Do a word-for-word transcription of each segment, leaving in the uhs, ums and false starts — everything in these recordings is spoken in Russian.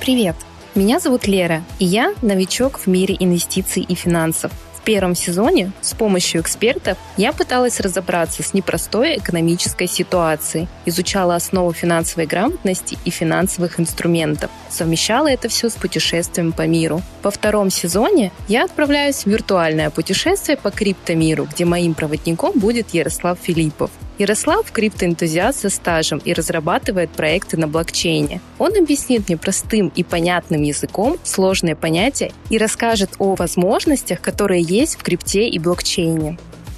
Привет! Меня зовут Лера, и я новичок в мире инвестиций и финансов. В первом сезоне с помощью экспертов я пыталась разобраться с непростой экономической ситуацией, изучала основу финансовой грамотности и финансовых инструментов, совмещала это все с путешествием по миру. Во втором сезоне я отправляюсь в виртуальное путешествие по криптомиру, где моим проводником будет Ярослав Филиппов. Ярослав – криптоэнтузиаст со стажем и разрабатывает проекты на блокчейне. Он объяснит мне простым и понятным языком сложные понятия и расскажет о возможностях, которые есть в крипте и блокчейне.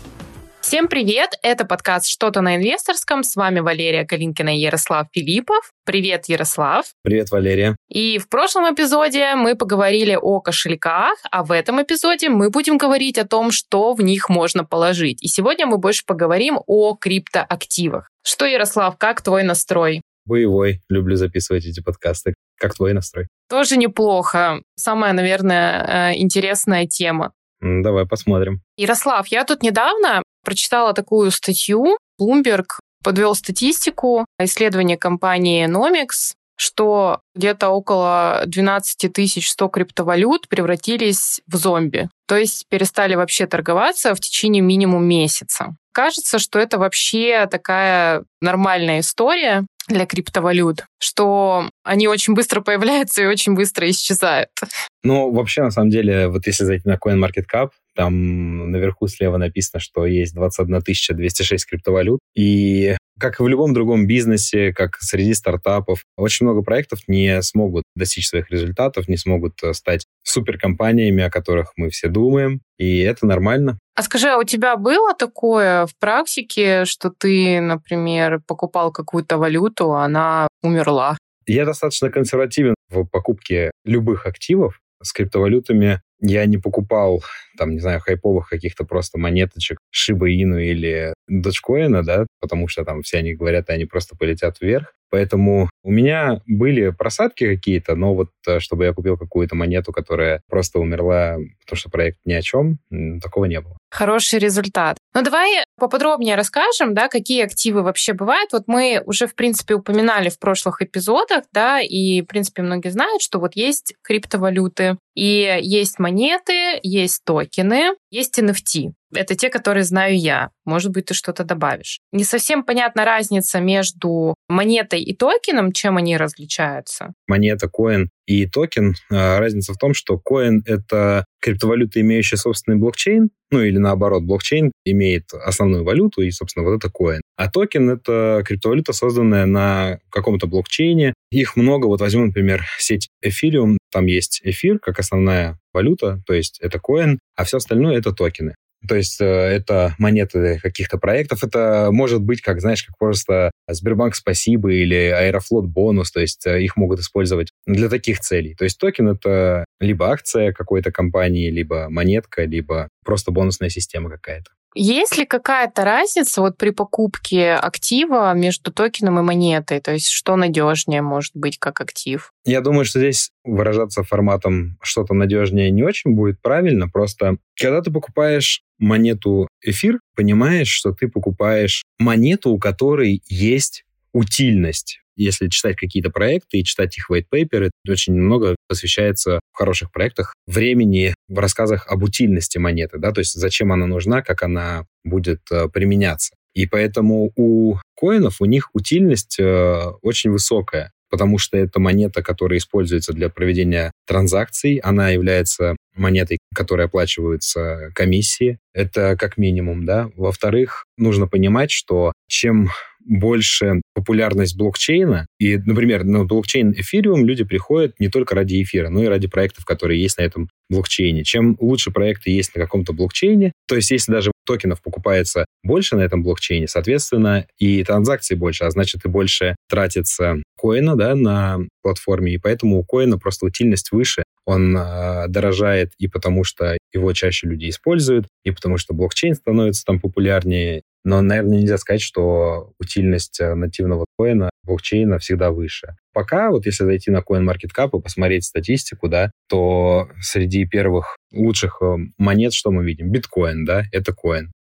Всем привет! Это подкаст «Что-то на инвесторском». С вами Валерия Калинкина и Ярослав Филиппов. Привет, Ярослав! Привет, Валерия! И в прошлом эпизоде мы поговорили о кошельках, а в этом эпизоде мы будем говорить о том, что в них можно положить. И сегодня мы больше поговорим о криптоактивах. Что, Ярослав, как твой настрой? Боевой. Люблю записывать эти подкасты. Как твой настрой? Тоже неплохо. Самая, наверное, интересная тема. Давай посмотрим. Ярослав, я тут недавно прочитала такую статью. Bloomberg подвел статистику исследования компании Nomics, что где-то около двенадцать тысяч сто криптовалют превратились в зомби. То есть перестали вообще торговаться в течение минимум месяца. Кажется, что это вообще такая нормальная история для криптовалют, что они очень быстро появляются и очень быстро исчезают. Ну, вообще, на самом деле, вот если зайти на CoinMarketCap, там наверху слева написано, что есть двадцать одна тысяча двести шесть криптовалют. И как и в любом другом бизнесе, как среди стартапов, очень много проектов не смогут достичь своих результатов, не смогут стать суперкомпаниями, о которых мы все думаем. И это нормально. А скажи, а у тебя было такое в практике, что ты, например, покупал какую-то валюту, а она умерла? Я достаточно консервативен в покупке любых активов. С криптовалютами я не покупал, там, не знаю, хайповых каких-то просто монеточек Shiba Inu или Dogecoin, да, потому что там все они говорят, и они просто полетят вверх. Поэтому у меня были просадки какие-то, но вот чтобы я купил какую-то монету, которая просто умерла, потому что проект ни о чем, такого не было. Хороший результат. Ну, давай поподробнее расскажем, да, какие активы вообще бывают. Вот мы уже, в принципе, упоминали в прошлых эпизодах, да, и, в принципе, многие знают, что вот есть криптовалюты, и есть монеты, есть токены, есть эн эф ти. Это те, которые знаю я. Может быть, ты что-то добавишь. Не совсем понятна разница между монетой и токеном, чем они различаются. Монета, коин и токен. Разница в том, что коин — это криптовалюта, имеющая собственный блокчейн, ну или наоборот, блокчейн имеет основную валюту, и, собственно, вот это коин. А токен — это криптовалюта, созданная на каком-то блокчейне. Их много. Вот возьмем, например, сеть Ethereum. Там есть эфир как основная валюта, то есть это коин, а все остальное — это токены. То есть э, это монеты каких-то проектов. Это может быть, как, знаешь, как просто Сбербанк Спасибо или Аэрофлот Бонус. То есть э, их могут использовать для таких целей. То есть токен — это либо акция какой-то компании, либо монетка, либо просто бонусная система какая-то. Есть ли какая-то разница вот при покупке актива между токеном и монетой? То есть что надежнее может быть как актив? Я думаю, что здесь выражаться форматом что-то надежнее не очень будет правильно. Просто когда ты покупаешь монету эфир, понимаешь, что ты покупаешь монету, у которой есть утильность. Если читать какие-то проекты и читать их white paper, очень много посвящается в хороших проектах времени в рассказах об утильности монеты, да, то есть зачем она нужна, как она будет э, применяться. И поэтому у коинов, у них утильность э, очень высокая, потому что это монета, которая используется для проведения транзакций, она является монетой, которой оплачиваются комиссии. Это как минимум, да. Во-вторых, нужно понимать, что чем больше популярность блокчейна, и, например, на блокчейн Ethereum люди приходят не только ради эфира, но и ради проектов, которые есть на этом блокчейне. Чем лучше проекты есть на каком-то блокчейне, то есть если даже токенов покупается больше на этом блокчейне, соответственно, и транзакций больше, а значит, и больше тратится коина, да, на платформе, и поэтому у коина просто утильность выше. Он э, дорожает и потому, что его чаще люди используют, и потому, что блокчейн становится там популярнее. Но, наверное, нельзя сказать, что утильность нативного коина, блокчейна всегда выше. Пока, вот если зайти на CoinMarketCap и посмотреть статистику, да, то среди первых лучших монет что мы видим? Биткоин, да, это коин.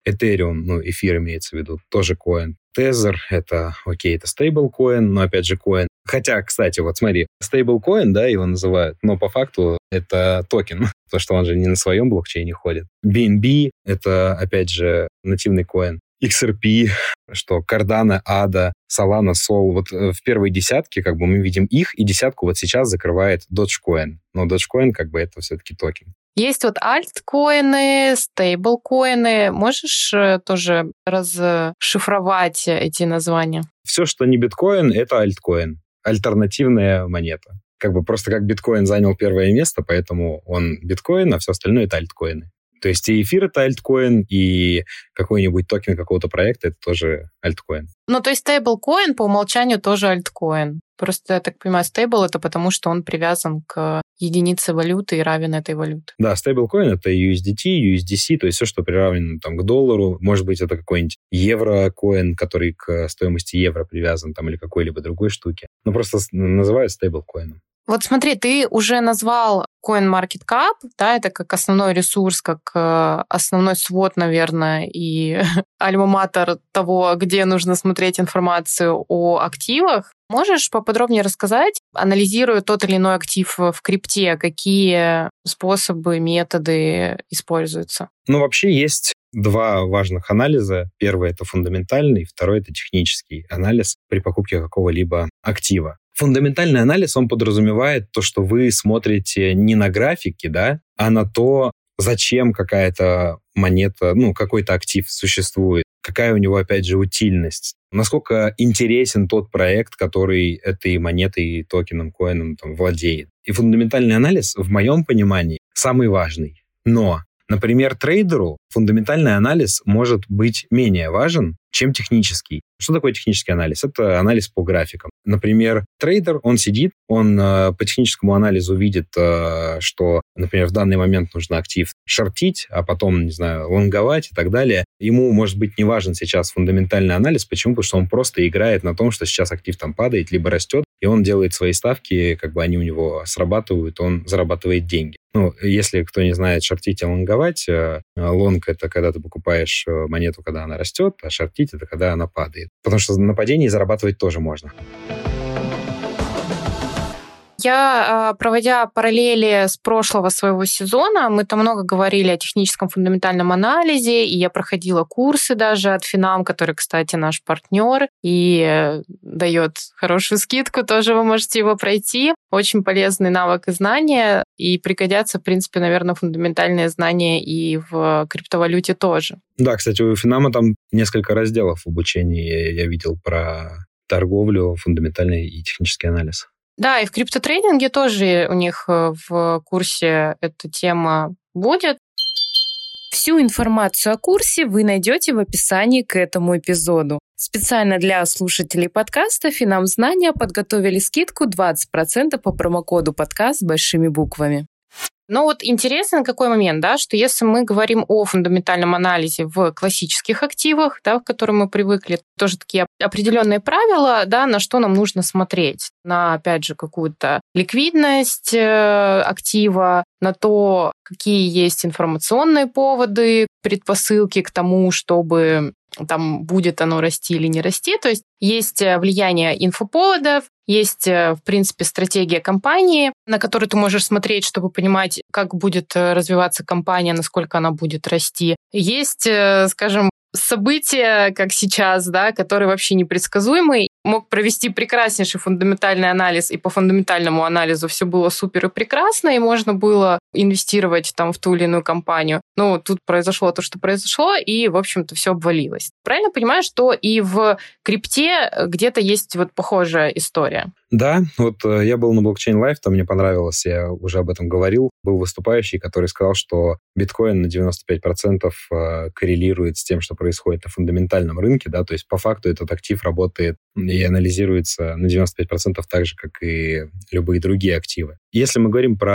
Ethereum, ну, эфир имеется в виду, тоже коин. Tether — это, окей, это стейблкоин, но опять же коин. Хотя, кстати, вот смотри, стейблкоин, да, его называют, но по факту это токен, потому что он же не на своем блокчейне ходит. би эн би — это, опять же, нативный коин. икс ар пи, что Cardano, эй ди эй, Solana, Sol. Вот в первой десятке как бы мы видим их, и десятку вот сейчас закрывает Dogecoin. Но Dogecoin как бы это все-таки токен. Есть вот альткоины, стейблкоины. Можешь тоже расшифровать эти названия? Все, что не биткоин, это альткоин. Альтернативная монета. Как бы просто как биткоин занял первое место, поэтому он биткоин, а все остальное это альткоины. То есть и эфир — это альткоин, и какой-нибудь токен какого-то проекта — это тоже альткоин. Ну, то есть стейблкоин по умолчанию тоже альткоин. Просто, я так понимаю, стейбл — это потому, что он привязан к единице валюты и равен этой валюте. Да, стейблкоин — это ю эс ди ти, ю эс ди си, то есть все, что приравнено там, к доллару. Может быть, это какой-нибудь еврокоин, который к стоимости евро привязан, там, или какой-либо другой штуки. Но просто называют стейблкоином. Вот смотри, ты уже назвал CoinMarketCap, да, это как основной ресурс, как основной свод, наверное, и альма-матер того, где нужно смотреть информацию о активах. Можешь поподробнее рассказать, анализируя тот или иной актив в крипте, какие способы, методы используются? Ну, вообще есть два важных анализа. Первый — это фундаментальный, второй — это технический анализ при покупке какого-либо актива. Фундаментальный анализ, он подразумевает то, что вы смотрите не на графики, да, а на то, зачем какая-то монета, ну, какой-то актив существует, какая у него, опять же, утильность, насколько интересен тот проект, который этой монетой, токеном, коином там, владеет. И фундаментальный анализ, в моем понимании, самый важный. Но, например, трейдеру фундаментальный анализ может быть менее важен, чем технический. Что такое технический анализ? Это анализ по графикам. Например, трейдер, он сидит, он э, по техническому анализу видит, э, что, например, в данный момент нужно актив шортить, а потом, не знаю, лонговать и так далее. Ему, может быть, не важен сейчас фундаментальный анализ. Почему? Потому что он просто играет на том, что сейчас актив там падает, либо растет, и он делает свои ставки, как бы они у него срабатывают, он зарабатывает деньги. Ну, если кто не знает, шортить и лонговать, э, лонг — это когда ты покупаешь монету, когда она растет, а шортить — это когда она падает. Потому что на падении зарабатывать тоже можно. Я, проводя параллели с прошлого своего сезона, мы там много говорили о техническом фундаментальном анализе, и я проходила курсы даже от Финам, который, кстати, наш партнер, и дает хорошую скидку, тоже вы можете его пройти. Очень полезный навык и знания, и пригодятся, в принципе, наверное, фундаментальные знания и в криптовалюте тоже. Да, кстати, у Финама там несколько разделов в обучении я видел про торговлю, фундаментальный и технический анализ. Да, и в криптотрейдинге тоже у них в курсе эта тема будет. Всю информацию о курсе вы найдете в описании к этому эпизоду. Специально для слушателей подкаста Финам Знания подготовили скидку двадцать процентов по промокоду подкаст с большими буквами. Но вот интересен какой момент, да, что если мы говорим о фундаментальном анализе в классических активах, да, к которым мы привыкли, тоже такие определенные правила, да, на что нам нужно смотреть. На, опять же, какую-то ликвидность актива, на то, какие есть информационные поводы, предпосылки к тому, чтобы там будет оно расти или не расти. То есть есть влияние инфоповодов, есть, в принципе, стратегия компании, на которую ты можешь смотреть, чтобы понимать, как будет развиваться компания, насколько она будет расти. Есть, скажем, события, как сейчас, да, которые вообще непредсказуемые. Мог провести прекраснейший фундаментальный анализ, и по фундаментальному анализу все было супер и прекрасно, и можно было инвестировать там в ту или иную компанию. Но тут произошло то, что произошло, и, в общем-то, все обвалилось. Правильно понимаю, что и в крипте где-то есть вот похожая история? Да, вот я был на Blockchain Live, там мне понравилось, я уже об этом говорил. Был выступающий, который сказал, что биткоин на девяносто пять процентов коррелирует с тем, что происходит на фундаментальном рынке, да, то есть по факту этот актив работает и анализируется на девяносто пять процентов так же, как и любые другие активы. Если мы говорим про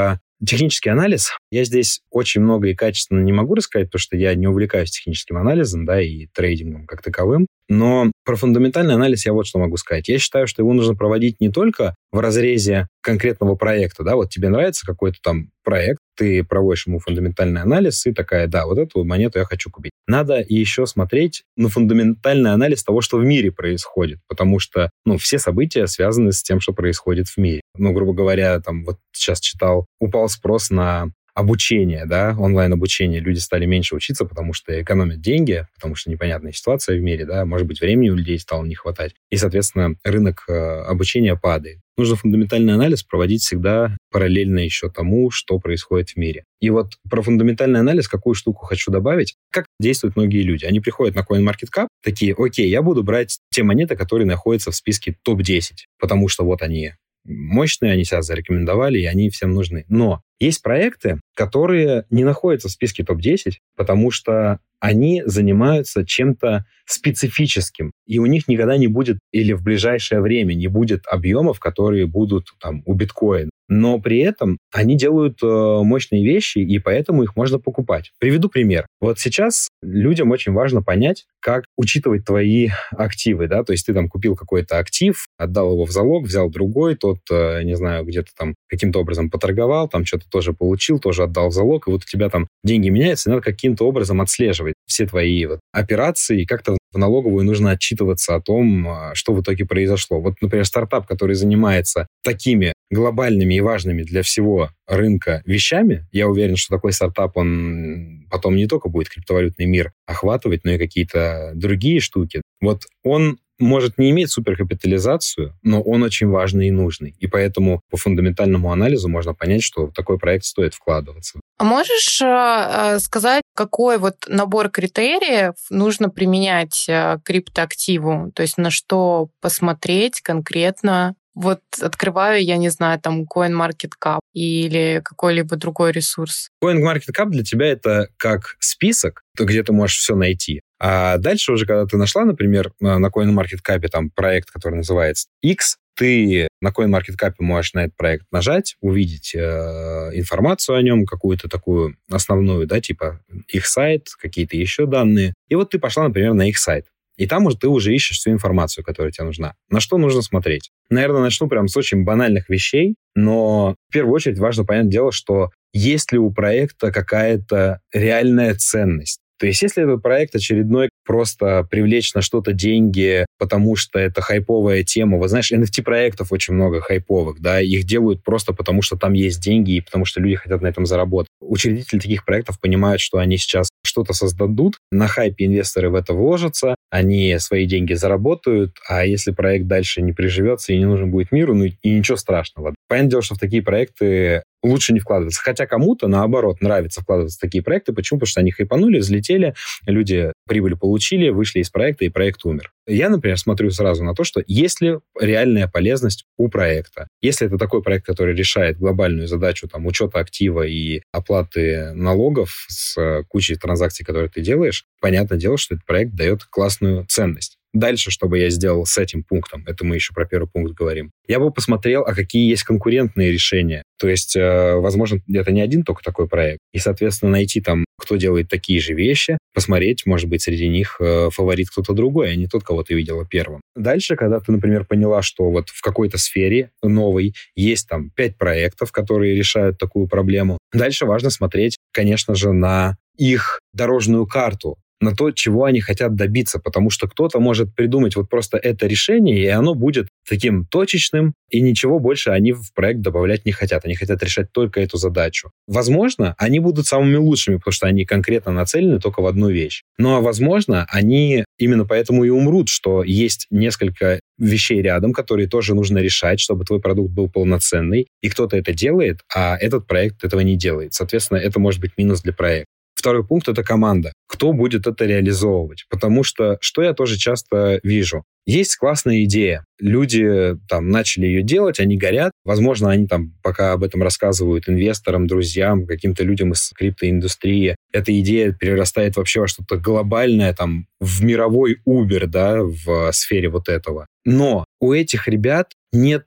Технический анализ. Я здесь очень много и качественно не могу рассказать, потому что я не увлекаюсь техническим анализом, да, и трейдингом как таковым. Но про фундаментальный анализ я вот что могу сказать. Я считаю, что его нужно проводить не только в разрезе конкретного проекта, да, вот тебе нравится какой-то там проект, ты проводишь ему фундаментальный анализ и такая, да, вот эту монету я хочу купить. Надо еще смотреть на фундаментальный анализ того, что в мире происходит, потому что, ну, все события связаны с тем, что происходит в мире. Ну, грубо говоря, там, вот сейчас читал, упал спрос на обучение, да, онлайн-обучение. Люди стали меньше учиться, потому что экономят деньги, потому что непонятная ситуация в мире, да, может быть, времени у людей стало не хватать. И, соответственно, рынок э, обучения падает. Нужно фундаментальный анализ проводить всегда параллельно еще тому, что происходит в мире. И вот про фундаментальный анализ какую штуку хочу добавить. Как действуют многие люди? Они приходят на CoinMarketCap, такие, окей, я буду брать те монеты, которые находятся в списке топ десять, потому что вот они мощные, они себя зарекомендовали, и они всем нужны. Но есть проекты, которые не находятся в списке топ десять, потому что они занимаются чем-то специфическим, и у них никогда не будет, или в ближайшее время не будет объемов, которые будут там у биткоина. Но при этом они делают э, мощные вещи, и поэтому их можно покупать. Приведу пример. Вот сейчас людям очень важно понять, как учитывать твои активы, да, то есть ты там купил какой-то актив, отдал его в залог, взял другой, тот, э, не знаю, где-то там каким-то образом поторговал, там что-то тоже получил, тоже отдал в залог, и вот у тебя там деньги меняются, и надо каким-то образом отслеживать все твои вот операции, и как-то в налоговую нужно отчитываться о том, что в итоге произошло. Вот, например, стартап, который занимается такими глобальными и важными для всего рынка вещами, я уверен, что такой стартап, он потом не только будет криптовалютный мир охватывать, но и какие-то другие штуки. Вот он может не иметь суперкапитализацию, но он очень важный и нужный. И поэтому по фундаментальному анализу можно понять, что в такой проект стоит вкладываться. А можешь э, сказать, какой вот набор критериев нужно применять э, к криптоактиву? То есть на что посмотреть конкретно? Вот открываю, я не знаю, там CoinMarketCap или какой-либо другой ресурс. CoinMarketCap для тебя это как список, где ты можешь все найти. А дальше уже, когда ты нашла, например, на CoinMarketCap там проект, который называется X, ты на CoinMarketCap можешь на этот проект нажать, увидеть э, информацию о нем, какую-то такую основную, да, типа их сайт, какие-то еще данные. И вот ты пошла, например, на их сайт. И там уже ты уже ищешь всю информацию, которая тебе нужна. На что нужно смотреть? Наверное, начну прям с очень банальных вещей, но в первую очередь важно понять дело, что есть ли у проекта какая-то реальная ценность. То есть если этот проект очередной просто привлечь на что-то деньги, потому что это хайповая тема. Вот знаешь, эн эф ти-проектов очень много хайповых, да, их делают просто потому, что там есть деньги и потому, что люди хотят на этом заработать. Учредители таких проектов понимают, что они сейчас что-то создадут, на хайпе инвесторы в это вложатся, они свои деньги заработают, а если проект дальше не приживется и не нужен будет миру, ну и ничего страшного. Понятное дело, что в такие проекты лучше не вкладываться. Хотя кому-то, наоборот, нравится вкладываться в такие проекты. Почему? Потому что они хайпанули, взлетели, люди прибыль получили, вышли из проекта, и проект умер. Я, например, смотрю сразу на то, что есть ли реальная полезность у проекта. Если это такой проект, который решает глобальную задачу там, учета актива и оплаты налогов с кучей транзакций, которые ты делаешь, понятное дело, что этот проект дает классную ценность. Дальше, что бы я сделал с этим пунктом, это мы еще про первый пункт говорим, я бы посмотрел, а какие есть конкурентные решения. То есть, э, возможно, это не один только такой проект. И, соответственно, найти там, кто делает такие же вещи, посмотреть, может быть, среди них э, фаворит кто-то другой, а не тот, кого ты видела первым. Дальше, когда ты, например, поняла, что вот в какой-то сфере новой есть там пять проектов, которые решают такую проблему, дальше важно смотреть, конечно же, на их дорожную карту, на то, чего они хотят добиться, потому что кто-то может придумать вот просто это решение, и оно будет таким точечным, и ничего больше они в проект добавлять не хотят. Они хотят решать только эту задачу. Возможно, они будут самыми лучшими, потому что они конкретно нацелены только в одну вещь. Ну, а возможно, они именно поэтому и умрут, что есть несколько вещей рядом, которые тоже нужно решать, чтобы твой продукт был полноценный, и кто-то это делает, а этот проект этого не делает. Соответственно, это может быть минус для проекта. Второй пункт — это команда. Кто будет это реализовывать? Потому что, что я тоже часто вижу, есть классная идея. Люди там начали ее делать, они горят. Возможно, они там пока об этом рассказывают инвесторам, друзьям, каким-то людям из криптоиндустрии. Эта идея перерастает вообще во что-то глобальное, там, в мировой Uber, да, в сфере вот этого. Но у этих ребят нету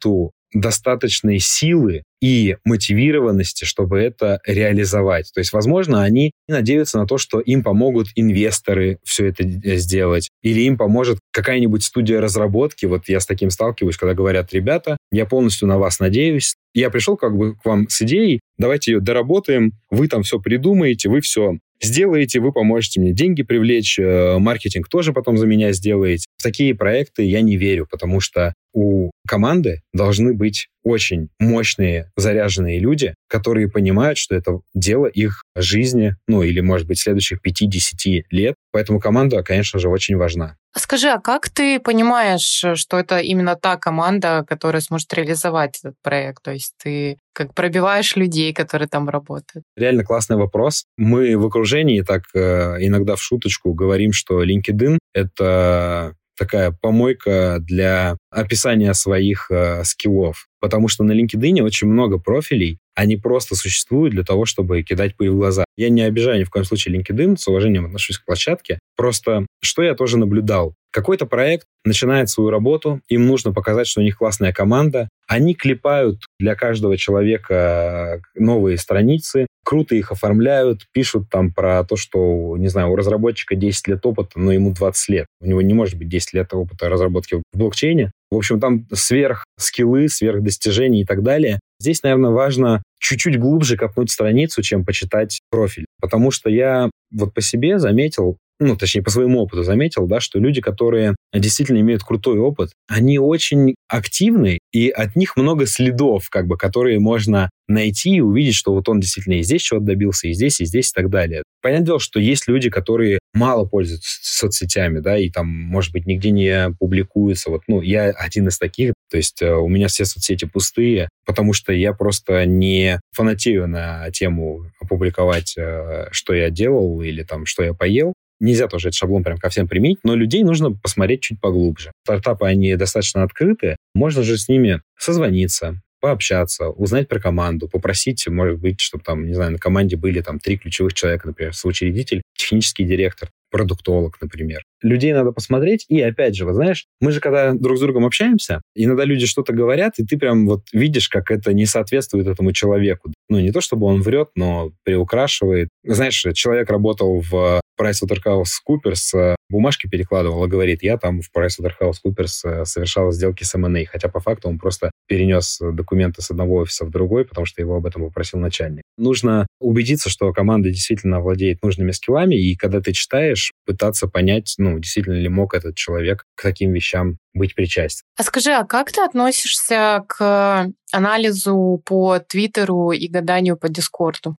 достаточной силы и мотивированности, чтобы это реализовать. То есть, возможно, они надеются на то, что им помогут инвесторы все это сделать, или им поможет какая-нибудь студия разработки. Вот я с таким сталкиваюсь, когда говорят: ребята, я полностью на вас надеюсь, я пришел как бы к вам с идеей, давайте ее доработаем, вы там все придумаете, вы все сделаете, вы поможете мне деньги привлечь, маркетинг тоже потом за меня сделаете. В такие проекты я не верю, потому что у команды должны быть очень мощные, заряженные люди, которые понимают, что это дело их жизни, ну или, может быть, следующих пяти-десяти лет. Поэтому команда, конечно же, очень важна. Скажи, а как ты понимаешь, что это именно та команда, которая сможет реализовать этот проект? То есть ты как пробиваешь людей, которые там работают? Реально классный вопрос. Мы в окружении так э, иногда в шуточку говорим, что LinkedIn — это такая помойка для описания своих э, скиллов. Потому что на LinkedIn очень много профилей, они просто существуют для того, чтобы кидать пыль в глаза. Я не обижаю ни в коем случае LinkedIn, с уважением отношусь к площадке. Просто что я тоже наблюдал? Какой-то проект начинает свою работу, им нужно показать, что у них классная команда. Они клепают для каждого человека новые страницы, круто их оформляют, пишут там про то, что, не знаю, у разработчика десять лет опыта, но ему двадцать лет. У него не может быть десять лет опыта разработки в блокчейне. В общем, там сверхскиллы, сверхдостижения и так далее. Здесь, наверное, важно чуть-чуть глубже копнуть страницу, чем почитать профиль. Потому что я вот по себе заметил, ну, точнее, по своему опыту заметил, да, что люди, которые действительно имеют крутой опыт, они очень активны, и от них много следов, как бы, которые можно найти и увидеть, что вот он действительно и здесь чего-то добился, и здесь, и здесь, и так далее. Понятное дело, что есть люди, которые мало пользуются соцсетями, да, и там, может быть, нигде не публикуются. Вот, ну, я один из таких, то есть э, у меня все соцсети пустые, потому что я просто не фанатею на тему опубликовать, э, что я делал или там, что я поел. Нельзя тоже этот шаблон прям ко всем применить, но людей нужно посмотреть чуть поглубже. Стартапы, они достаточно открыты, можно же с ними созвониться, пообщаться, узнать про команду, попросить, может быть, чтобы там, не знаю, на команде были там три ключевых человека, например, соучредитель, технический директор, продуктолог, например. Людей надо посмотреть, и опять же, вот знаешь, мы же когда друг с другом общаемся, иногда люди что-то говорят, и ты прям вот видишь, как это не соответствует этому человеку. Ну, не то чтобы он врет, но приукрашивает. Знаешь, человек работал в PricewaterhouseCoopers, бумажки перекладывал и говорит: я там в PricewaterhouseCoopers совершал сделки с эм энд эй, хотя по факту он просто перенес документы с одного офиса в другой, потому что его об этом попросил начальник. Нужно убедиться, что команда действительно владеет нужными скиллами, и когда ты читаешь, пытаться понять, ну, действительно ли мог этот человек к таким вещам быть причастен. А скажи, а как ты относишься к анализу по Твиттеру и гаданию по Дискорду?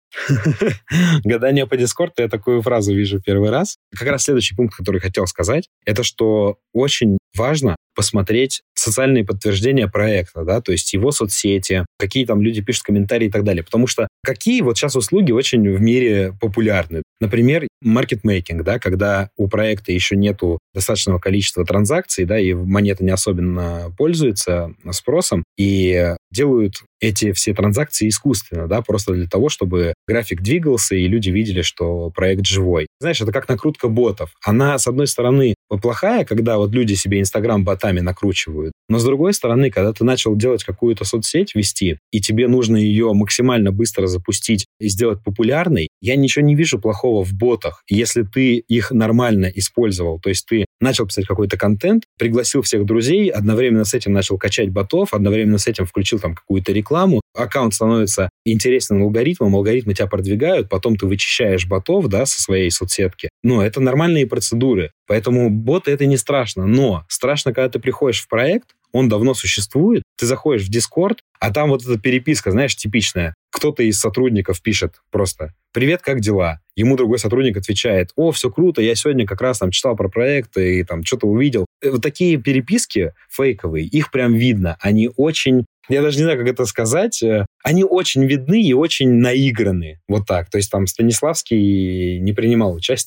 Гадание по Дискорду, я такую фразу вижу первый раз. Как раз следующий пункт, который хотел сказать, это что очень важно посмотреть социальные подтверждения проекта, да, то есть его соцсети, какие там люди пишут комментарии и так далее. Потому что какие вот сейчас услуги очень в мире популярны? Например, маркетмейкинг, да, когда у проекта еще нету достаточного количества транзакций, да, и монета не особенно пользуется спросом, и делают эти все транзакции искусственно, да, просто для того, чтобы график двигался, и люди видели, что проект живой. Знаешь, это как накрутка ботов. Она, с одной стороны, плохая, когда вот люди себе Инстаграм-ботами накручивают, но с другой стороны, когда ты начал делать какую-то соцсеть, вести, и тебе нужно ее максимально быстро запустить и сделать популярной, я ничего не вижу плохого в ботах, если ты их нормально использовал. То есть ты начал писать какой-то контент, пригласил всех друзей, одновременно с этим начал качать ботов, одновременно с этим включил там какую-то рекламу, аккаунт становится интересным алгоритмом, алгоритмы тебя продвигают, потом ты вычищаешь ботов, да, со своей соцсетки. Но это нормальные процедуры. Поэтому боты — это не страшно. Но страшно, когда ты приходишь в проект, он давно существует, ты заходишь в Discord, а там вот эта переписка, знаешь, типичная. Кто-то из сотрудников пишет просто: «Привет, как дела?» Ему другой сотрудник отвечает: «О, все круто, я сегодня как раз там читал про проекты и там что-то увидел». Вот такие переписки фейковые, их прям видно. Они очень... Я даже не знаю, как это сказать. Они очень видны и очень наиграны. Вот так. То есть там Станиславский не принимал участие.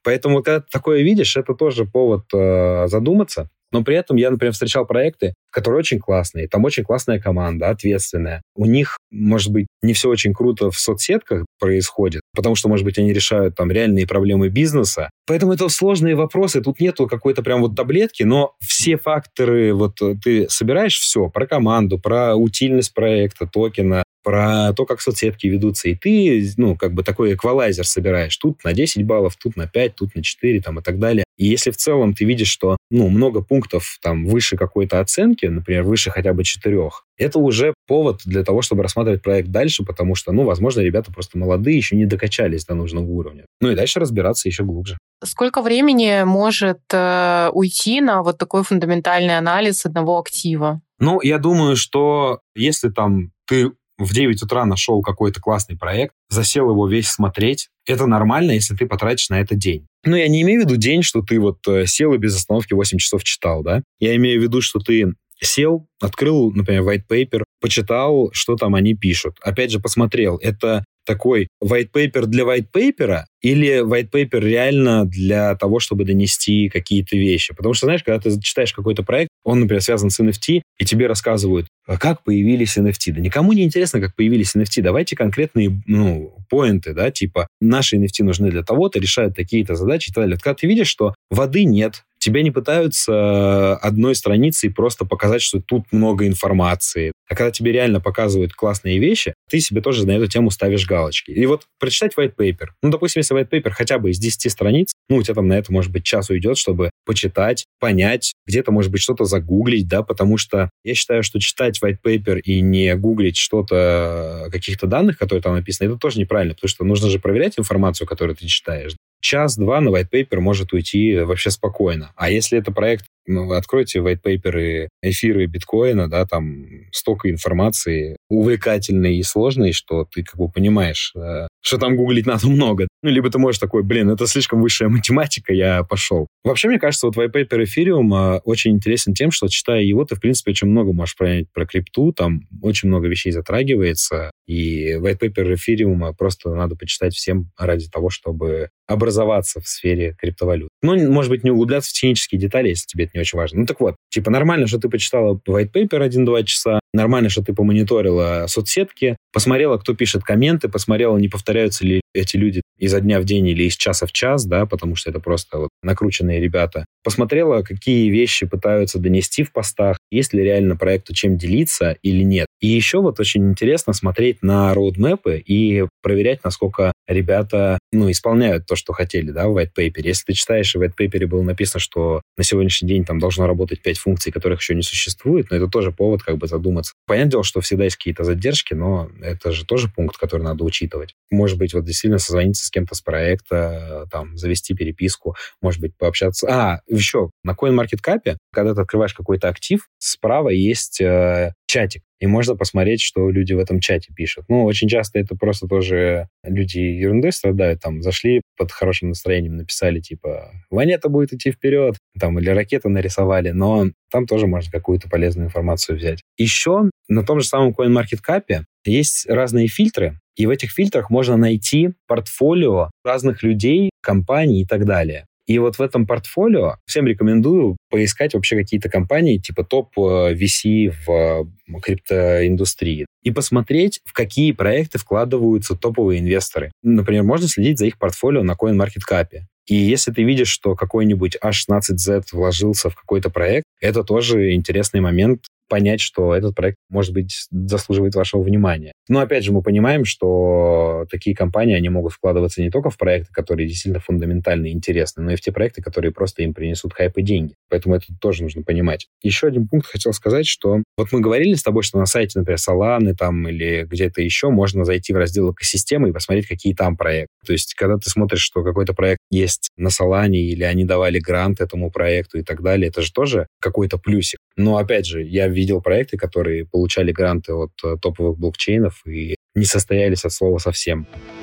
Поэтому, когда ты такое видишь, это тоже повод э, задуматься. Но при этом я, например, встречал проекты, которые очень классные. Там очень классная команда, ответственная. У них, может быть, не все очень круто в соцсетках происходит, потому что, может быть, они решают там реальные проблемы бизнеса. Поэтому это сложные вопросы. Тут нету какой-то прям вот таблетки, но все факторы, вот ты собираешь все про команду, про утильность проекта, токена, про то, как соцсетки ведутся, и ты, ну, как бы такой эквалайзер собираешь. Тут на десять баллов, тут на пять, тут на четыре, там, и так далее. И если в целом ты видишь, что, ну, много пунктов там выше какой-то оценки, например, выше хотя бы четырех, это уже повод для того, чтобы рассматривать проект дальше, потому что, ну, возможно, ребята просто молодые, еще не докачались до нужного уровня. Ну и дальше разбираться еще глубже. Сколько времени может э, уйти на вот такой фундаментальный анализ одного актива? Ну, я думаю, что если там ты в девять утра нашел какой-то классный проект, засел его весь смотреть, это нормально, если ты потратишь на это день. Но я не имею в виду день, что ты вот сел и без остановки восемь часов читал, да? Я имею в виду, что ты сел, открыл, например, white paper, почитал, что там они пишут. Опять же, посмотрел, это такой white paper для white paper или white paper реально для того, чтобы донести какие-то вещи. Потому что, знаешь, когда ты читаешь какой-то проект, он, например, связан с эн эф ти, и тебе рассказывают, а как появились эн эф ти. Да никому не интересно, как появились эн эф ти. Давайте конкретные, ну, поинты, да, типа наши эн эф ти нужны для того-то, решают такие-то задачи и так далее. Когда ты видишь, что воды нет, тебя не пытаются одной страницей просто показать, что тут много информации. А когда тебе реально показывают классные вещи, ты себе тоже на эту тему ставишь галочки. И вот прочитать white paper. Ну, допустим, если white paper хотя бы из десяти страниц, ну, у тебя там на это, может быть, час уйдет, чтобы почитать, понять, где-то, может быть, что-то загуглить, да, потому что я считаю, что читать white paper и не гуглить что-то, каких-то данных, которые там написаны, это тоже неправильно, потому что нужно же проверять информацию, которую ты читаешь. Час-два на white paper может уйти вообще спокойно. А если это проект, ну, вы откройте white paper эфиры биткоина, да, там столько информации увлекательной и сложной, что ты как бы понимаешь, что там гуглить надо много. Ну, либо ты можешь такой, блин, это слишком высшая математика, я пошел. Вообще, мне кажется, вот white paper Ethereum очень интересен тем, что, читая его, ты, в принципе, очень много можешь понять про крипту, там очень много вещей затрагивается, и white paper Ethereum просто надо почитать всем ради того, чтобы образоваться в сфере криптовалют. Ну, может быть, не углубляться в технические детали, если тебе это не очень важно. Ну, так вот, типа, нормально, что ты почитала white paper один-два часа, нормально, что ты помониторила соцсетки, посмотрела, кто пишет комменты, посмотрела, не повторяются ли эти люди изо дня в день или из часа в час, да, потому что это просто вот накрученные ребята. Посмотрела, какие вещи пытаются донести в постах, есть ли реально проекту чем делиться или нет. И еще вот очень интересно смотреть на роудмэпы и проверять, насколько ребята, ну, исполняют то, что хотели, да, в white paper. Если ты читаешь, и в white paper было написано, что на сегодняшний день там должно работать пять функций, которых еще не существует, но это тоже повод как бы задуматься. Понятное дело, что всегда есть какие-то задержки, но это же тоже пункт, который надо учитывать. Может быть, вот действительно созвониться с кем-то с проекта, там, завести переписку, может быть, пообщаться. А, еще, на CoinMarketCap, когда ты открываешь какой-то актив, справа есть э, чатик, и можно посмотреть, что люди в этом чате пишут. Ну, очень часто это просто тоже люди ерундой страдают, там, зашли под хорошим настроением, написали, типа, монета будет идти вперед, там, или ракету нарисовали, но там тоже можно какую-то полезную информацию взять. Еще на том же самом CoinMarketCap есть разные фильтры, и в этих фильтрах можно найти портфолио разных людей, компаний и так далее. И вот в этом портфолио всем рекомендую поискать вообще какие-то компании типа топ-ви си в криптоиндустрии и посмотреть, в какие проекты вкладываются топовые инвесторы. Например, можно следить за их портфолио на CoinMarketCap. И если ты видишь, что какой-нибудь аш шестнадцать зет вложился в какой-то проект, это тоже интересный момент понять, что этот проект, может быть, заслуживает вашего внимания. Но, опять же, мы понимаем, что такие компании, они могут вкладываться не только в проекты, которые действительно фундаментальны и интересны, но и в те проекты, которые просто им принесут хайп и деньги. Поэтому это тоже нужно понимать. Еще один пункт хотел сказать, что вот мы говорили с тобой, что на сайте, например, Solana там или где-то еще можно зайти в раздел экосистемы и посмотреть, какие там проекты. То есть, когда ты смотришь, что какой-то проект есть на Solana или они давали грант этому проекту и так далее, это же тоже какой-то плюсик. Но, опять же, я видел проекты, которые получали гранты от топовых блокчейнов и не состоялись от слова совсем.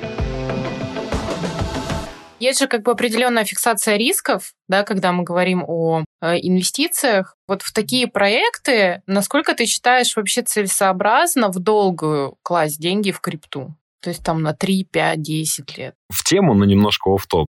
Есть же как бы определенная фиксация рисков, да, когда мы говорим о э, инвестициях. Вот в такие проекты, насколько ты считаешь вообще целесообразно в долгую класть деньги в крипту? То есть там на три, пять, десять лет. В тему, но немножко офф-топ.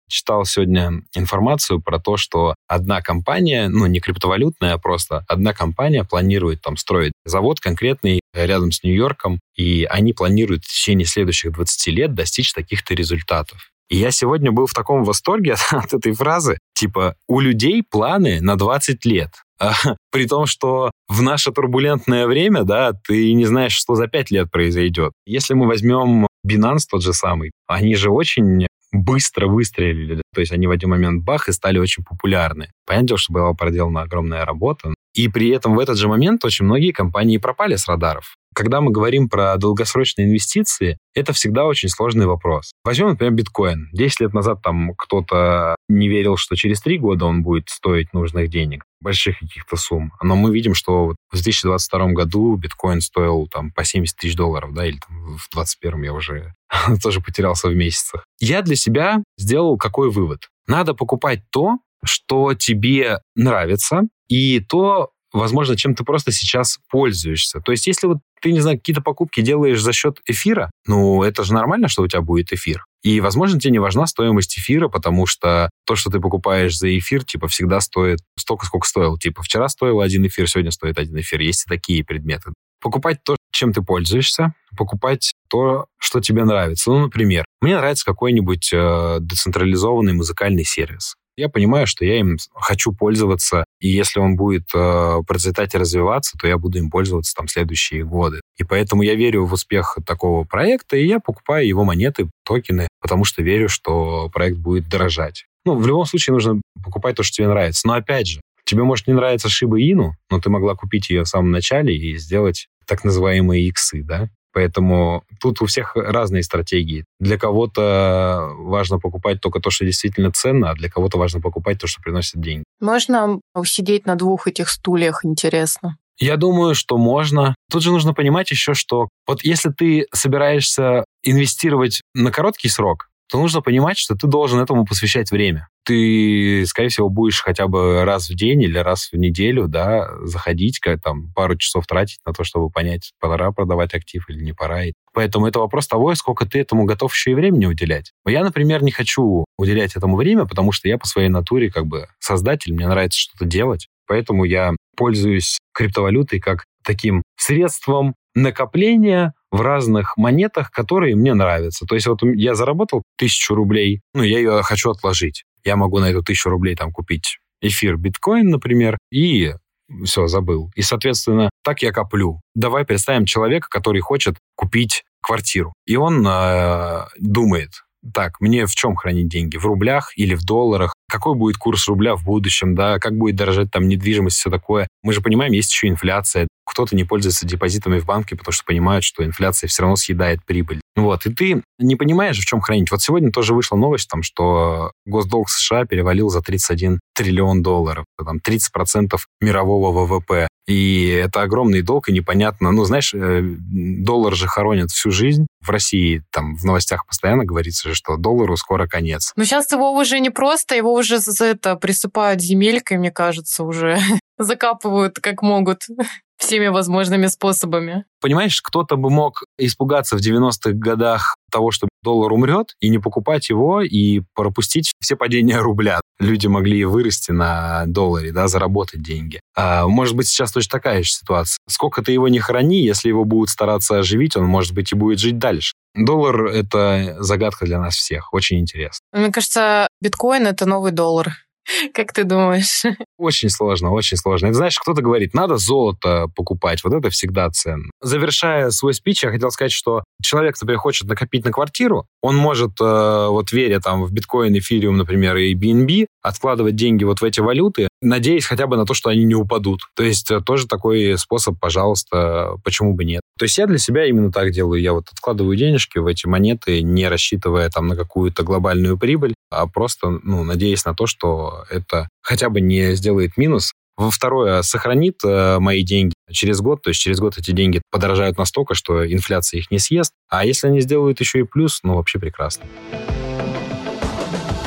читал сегодня информацию про то, что одна компания, ну, не криптовалютная, а просто одна компания планирует там строить завод конкретный рядом с Нью-Йорком, и они планируют в течение следующих двадцати лет достичь таких-то результатов. И я сегодня был в таком восторге от, от этой фразы, типа, у людей планы на двадцать лет. А, при том, что в наше турбулентное время, да, ты не знаешь, что за пять лет произойдет. Если мы возьмем Binance тот же самый, они же очень быстро выстрелили. То есть они в один момент бах и стали очень популярны. Понятно, что была проделана огромная работа. И при этом в этот же момент очень многие компании пропали с радаров. Когда мы говорим про долгосрочные инвестиции, это всегда очень сложный вопрос. Возьмем, например, биткоин. Десять лет назад там кто-то не верил, что через три года он будет стоить нужных денег, больших каких-то сумм. Но мы видим, что в две тысячи двадцать втором году биткоин стоил там по семьдесят тысяч долларов, да, или там в двадцать первом я уже тоже потерялся в месяцах. Я для себя сделал какой вывод? Надо покупать то, что тебе нравится, и то, возможно, чем ты просто сейчас пользуешься. То есть, если вот ты, не знаю, какие-то покупки делаешь за счет эфира, ну, это же нормально, что у тебя будет эфир. И, возможно, тебе не важна стоимость эфира, потому что то, что ты покупаешь за эфир, типа, всегда стоит столько, сколько стоил. Типа, вчера стоил один эфир, сегодня стоит один эфир. Есть и такие предметы. Покупать то, чем ты пользуешься, покупать то, что тебе нравится. Ну, например, мне нравится какой-нибудь э, децентрализованный музыкальный сервис. Я понимаю, что я им хочу пользоваться, и если он будет э, процветать и развиваться, то я буду им пользоваться там следующие годы. И поэтому я верю в успех такого проекта, и я покупаю его монеты, токены, потому что верю, что проект будет дорожать. Ну, в любом случае нужно покупать то, что тебе нравится. Но опять же, тебе может не нравиться Shiba Inu, но ты могла купить ее в самом начале и сделать так называемые иксы, да? Поэтому тут у всех разные стратегии. Для кого-то важно покупать только то, что действительно ценно, а для кого-то важно покупать то, что приносит деньги. Можно усидеть на двух этих стульях, интересно? Я думаю, что можно. Тут же нужно понимать еще, что вот если ты собираешься инвестировать на короткий срок, то нужно понимать, что ты должен этому посвящать время. Ты, скорее всего, будешь хотя бы раз в день или раз в неделю, да, заходить, как, там, пару часов тратить на то, чтобы понять, пора продавать актив или не пора. Поэтому это вопрос того, сколько ты этому готов еще и времени уделять. Я, например, не хочу уделять этому время, потому что я по своей натуре как бы создатель, мне нравится что-то делать. Поэтому я пользуюсь криптовалютой как таким средством накопления в разных монетах, которые мне нравятся. То есть вот я заработал тысячу рублей, ну, я ее хочу отложить. Я могу на эту тысячу рублей там купить эфир, биткоин, например, и все, забыл. И, соответственно, так я коплю. Давай представим человека, который хочет купить квартиру. И он э, думает, так, мне в чем хранить деньги? В рублях или в долларах? Какой будет курс рубля в будущем? Да? Как будет дорожать там недвижимость, все такое? Мы же понимаем, есть еще инфляция. Кто-то не пользуется депозитами в банке, потому что понимают, что инфляция все равно съедает прибыль. Вот. И ты не понимаешь, в чем хранить. Вот сегодня тоже вышла новость, там, что госдолг США перевалил за тридцать один триллион долларов. Там тридцать процентов мирового ВВП. И это огромный долг, и непонятно. Ну, знаешь, доллар же хоронят всю жизнь. В России там в новостях постоянно говорится, что доллару скоро конец. Но сейчас его уже не просто, его уже за это присыпают земелькой, мне кажется, уже закапывают как могут всеми возможными способами. Понимаешь, кто-то бы мог испугаться в девяностых годах того, что доллар умрет, и не покупать его, и пропустить все падения рубля. Люди могли вырасти на долларе, да, заработать деньги. А может быть, сейчас точно такая же ситуация. Сколько ты его не храни, если его будут стараться оживить, он, может быть, и будет жить дальше. Доллар — это загадка для нас всех. Очень интересно. Мне кажется, биткоин — это новый доллар. Как ты думаешь? Очень сложно, очень сложно. Это, знаешь, кто-то говорит, надо золото покупать, вот это всегда ценно. Завершая свой спич, я хотел сказать, что человек, например, хочет накопить на квартиру, он может, э, вот веря там в биткоин, эфириум, например, и би эн би, откладывать деньги вот в эти валюты, надеясь хотя бы на то, что они не упадут. То есть э, тоже такой способ, пожалуйста, почему бы нет. То есть я для себя именно так делаю. Я вот откладываю денежки в эти монеты, не рассчитывая там на какую-то глобальную прибыль, а просто, ну, надеясь на то, что это хотя бы не сделает минус. Второе, сохранит э, мои деньги через год, то есть через год эти деньги подорожают настолько, что инфляция их не съест. А если они сделают еще и плюс, ну, вообще прекрасно.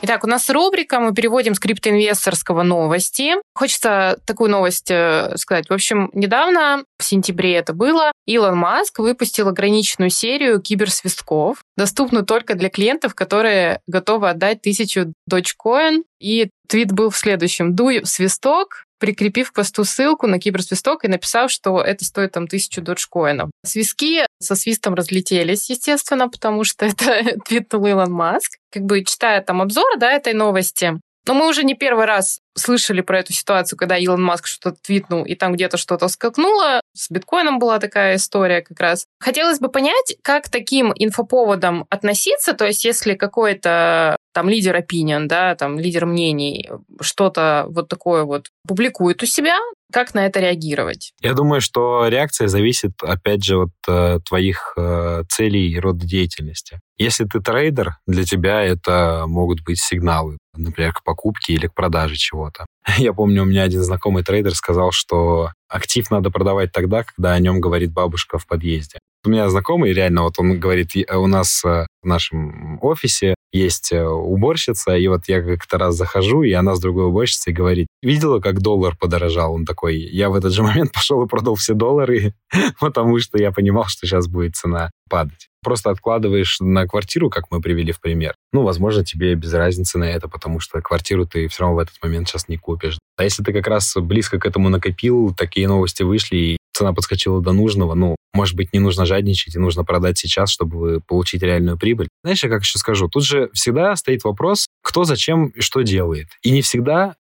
Итак, у нас рубрика, мы переводим с криптоинвесторского новости. Хочется такую новость сказать. В общем, недавно, в сентябре это было, Илон Маск выпустил ограниченную серию киберсвистков, доступную только для клиентов, которые готовы отдать тысячу Dogecoin. И твит был в следующем. Дуй в свисток, прикрепив к посту ссылку на киберсвисток и написав, что это стоит там тысячу доджкоинов. Свистки со свистом разлетелись, естественно, потому что это твитнул Илон Маск. Как бы читая там обзор, да, этой новости, но мы уже не первый раз слышали про эту ситуацию, когда Илон Маск что-то твитнул, и там где-то что-то скакнуло. С биткоином была такая история как раз. Хотелось бы понять, как к таким инфоповодам относиться, то есть если какой-то там лидер opinion, да, там лидер мнений что-то вот такое вот публикует у себя, как на это реагировать? Я думаю, что реакция зависит, опять же, от э, твоих э, целей и рода деятельности. Если ты трейдер, для тебя это могут быть сигналы, например, к покупке или к продаже чего-то. Я помню, у меня один знакомый трейдер сказал, что актив надо продавать тогда, когда о нем говорит бабушка в подъезде. У меня знакомый, реально, вот он говорит, у нас в нашем офисе есть уборщица, и вот я как-то раз захожу, и она с другой уборщицей говорит, видела, как доллар подорожал? Он такой, я в этот же момент пошел и продал все доллары, потому что я понимал, что сейчас будет цена падать. Просто откладываешь на квартиру, как мы привели в пример. Ну, возможно, тебе без разницы на это, потому что квартиру ты все равно в этот момент сейчас не купишь. А если ты как раз близко к этому накопил, такие новости вышли, и цена подскочила до нужного, ну, может быть, не нужно жадничать, и нужно продать сейчас, чтобы получить реальную прибыль. Знаешь, я как еще скажу, тут же всегда стоит вопрос, кто зачем и что делает. И не всегда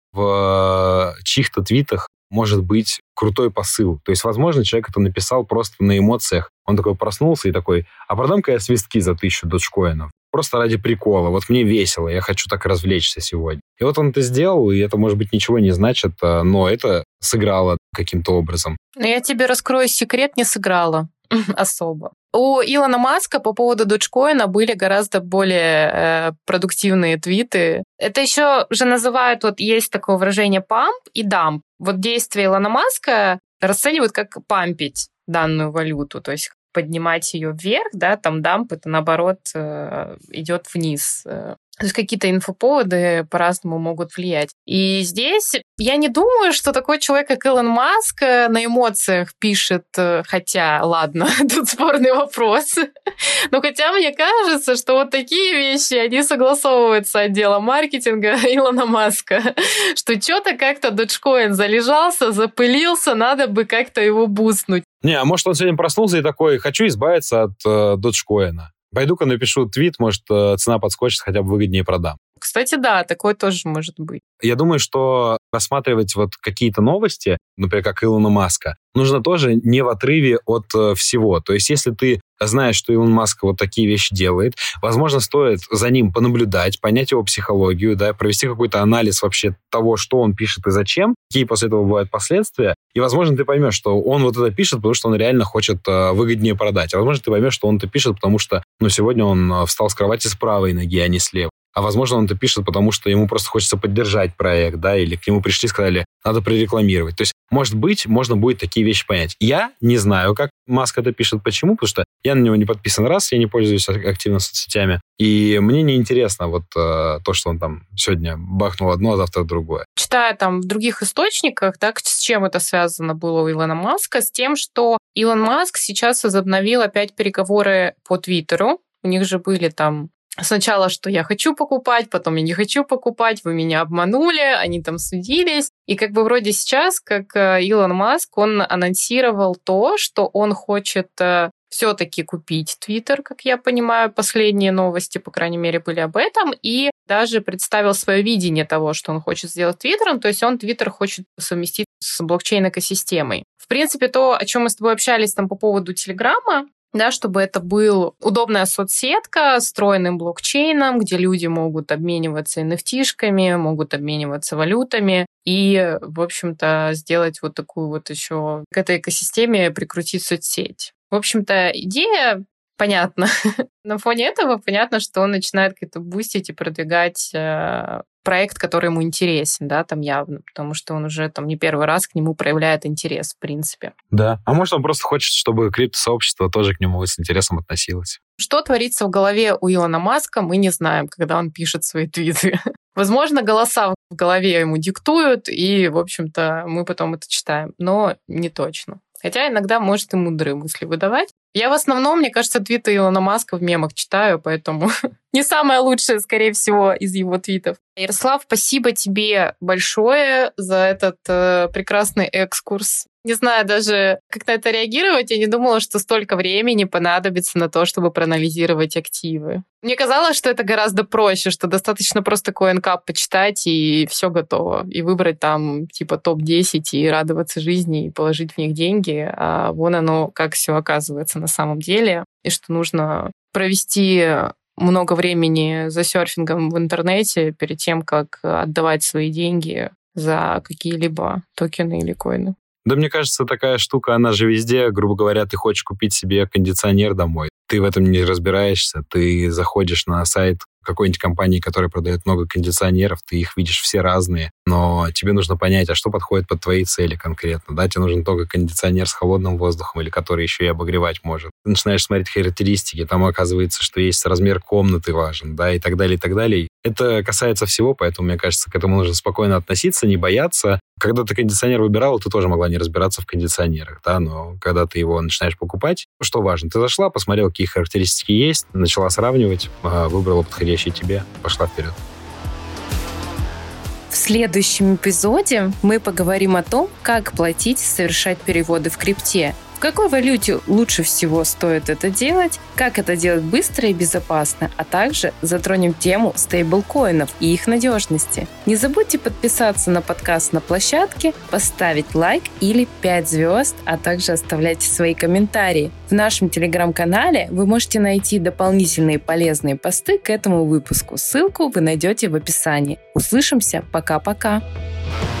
в чьих-то твитах может быть крутой посыл. То есть, возможно, человек это написал просто на эмоциях. Он такой проснулся и такой, а продам-ка я свистки за тысячу доджкоинов. Просто ради прикола. Вот мне весело, я хочу так развлечься сегодня. И вот он это сделал, и это, может быть, ничего не значит, но это сыграло каким-то образом. Но я тебе раскрою секрет, не сыграло особо. У Илона Маска по поводу доджкоина были гораздо более э, продуктивные твиты. Это еще же называют, вот есть такое выражение памп и дамп. Вот действие Илона Маска расценивают как пампить данную валюту, то есть поднимать ее вверх, да, там дамп это наоборот э, идет вниз. То есть какие-то инфоповоды по-разному могут влиять. И здесь я не думаю, что такой человек, как Илон Маск, на эмоциях пишет, хотя, ладно, тут спорный вопрос. Но хотя мне кажется, что вот такие вещи, они согласовываются отделом маркетинга Илона Маска, что что-то как-то доджкоин залежался, запылился, надо бы как-то его бустнуть. Не, а может он сегодня проснулся и такой, хочу избавиться от э, доджкоина. Пойду-ка напишу твит, может, цена подскочит, хотя бы выгоднее продам. Кстати, да, такое тоже может быть. Я думаю, что рассматривать вот какие-то новости, например, как Илона Маска, нужно тоже не в отрыве от всего. То есть, если ты знаешь, что Илон Маск вот такие вещи делает, возможно, стоит за ним понаблюдать, понять его психологию, да, провести какой-то анализ вообще того, что он пишет и зачем, какие после этого бывают последствия. И, возможно, ты поймешь, что он вот это пишет, потому что он реально хочет выгоднее продать. А возможно, ты поймешь, что он это пишет, потому что, ну, сегодня он встал с кровати с правой ноги, а не с левой. А возможно, он это пишет, потому что ему просто хочется поддержать проект, да, или к нему пришли и сказали, надо прорекламировать. То есть, может быть, можно будет такие вещи понять. Я не знаю, как Маск это пишет, почему, потому что я на него не подписан раз, я не пользуюсь активно соцсетями, и мне неинтересно вот э, то, что он там сегодня бахнул одно, а завтра другое. Читая там в других источниках, так, с чем это связано было у Илона Маска, с тем, что Илон Маск сейчас возобновил опять переговоры по Твиттеру. У них же были там сначала, что я хочу покупать, потом я не хочу покупать, вы меня обманули, они там судились. И как бы вроде сейчас, как Илон Маск, он анонсировал то, что он хочет все-таки купить Твиттер, как я понимаю, последние новости, по крайней мере, были об этом, и даже представил свое видение того, что он хочет сделать Твиттером, то есть он Твиттер хочет совместить с блокчейн-экосистемой. В принципе, то, о чем мы с тобой общались там по поводу Телеграма, да, чтобы это был удобная соцсетка с встроенным блокчейном, где люди могут обмениваться эн эф ти-шками, могут обмениваться валютами и, в общем-то, сделать вот такую вот еще к этой экосистеме прикрутить соцсеть. В общем-то, идея понятна. На фоне этого понятно, что он начинает как-то бустить и продвигать проект, который ему интересен, да, там явно, потому что он уже там не первый раз к нему проявляет интерес, в принципе. Да, а может, он просто хочет, чтобы криптосообщество тоже к нему с интересом относилось. Что творится в голове у Илона Маска, мы не знаем, когда он пишет свои твиты. Возможно, голоса в голове ему диктуют, и, в общем-то, мы потом это читаем, но не точно. Хотя иногда может и мудрые мысли выдавать. Я в основном, мне кажется, твиты Илона Маска в мемах читаю, поэтому не самое лучшее, скорее всего, из его твитов. Ярослав, спасибо тебе большое за этот э, прекрасный экскурс. Не знаю даже, как на это реагировать. Я не думала, что столько времени понадобится на то, чтобы проанализировать активы. Мне казалось, что это гораздо проще, что достаточно просто CoinCap почитать, и все готово. И выбрать там типа топ десять и радоваться жизни, и положить в них деньги. А вон оно, как все оказывается на самом деле. И что нужно провести много времени за серфингом в интернете перед тем, как отдавать свои деньги за какие-либо токены или коины. Да, мне кажется, такая штука, она же везде, грубо говоря, ты хочешь купить себе кондиционер домой. Ты в этом не разбираешься, ты заходишь на сайт какой-нибудь компании, которая продает много кондиционеров, ты их видишь все разные, но тебе нужно понять, а что подходит под твои цели конкретно, да, тебе нужен только кондиционер с холодным воздухом или который еще и обогревать может. Ты начинаешь смотреть характеристики, там оказывается, что есть размер комнаты важен, да, и так далее, и так далее. Это касается всего, поэтому, мне кажется, к этому нужно спокойно относиться, не бояться. Когда ты кондиционер выбирала, ты тоже могла не разбираться в кондиционерах, да, но когда ты его начинаешь покупать, что важно? Ты зашла, посмотрела, какие характеристики есть, начала сравнивать, выбрала подходящий тебе, пошла вперед. В следующем эпизоде мы поговорим о том, как платить и совершать переводы в крипте, в какой валюте лучше всего стоит это делать, как это делать быстро и безопасно, а также затронем тему стейблкоинов и их надежности. Не забудьте подписаться на подкаст на площадке, поставить лайк или пять звезд, а также оставляйте свои комментарии. В нашем телеграм-канале вы можете найти дополнительные полезные посты к этому выпуску. Ссылку вы найдете в описании. Услышимся. Пока-пока.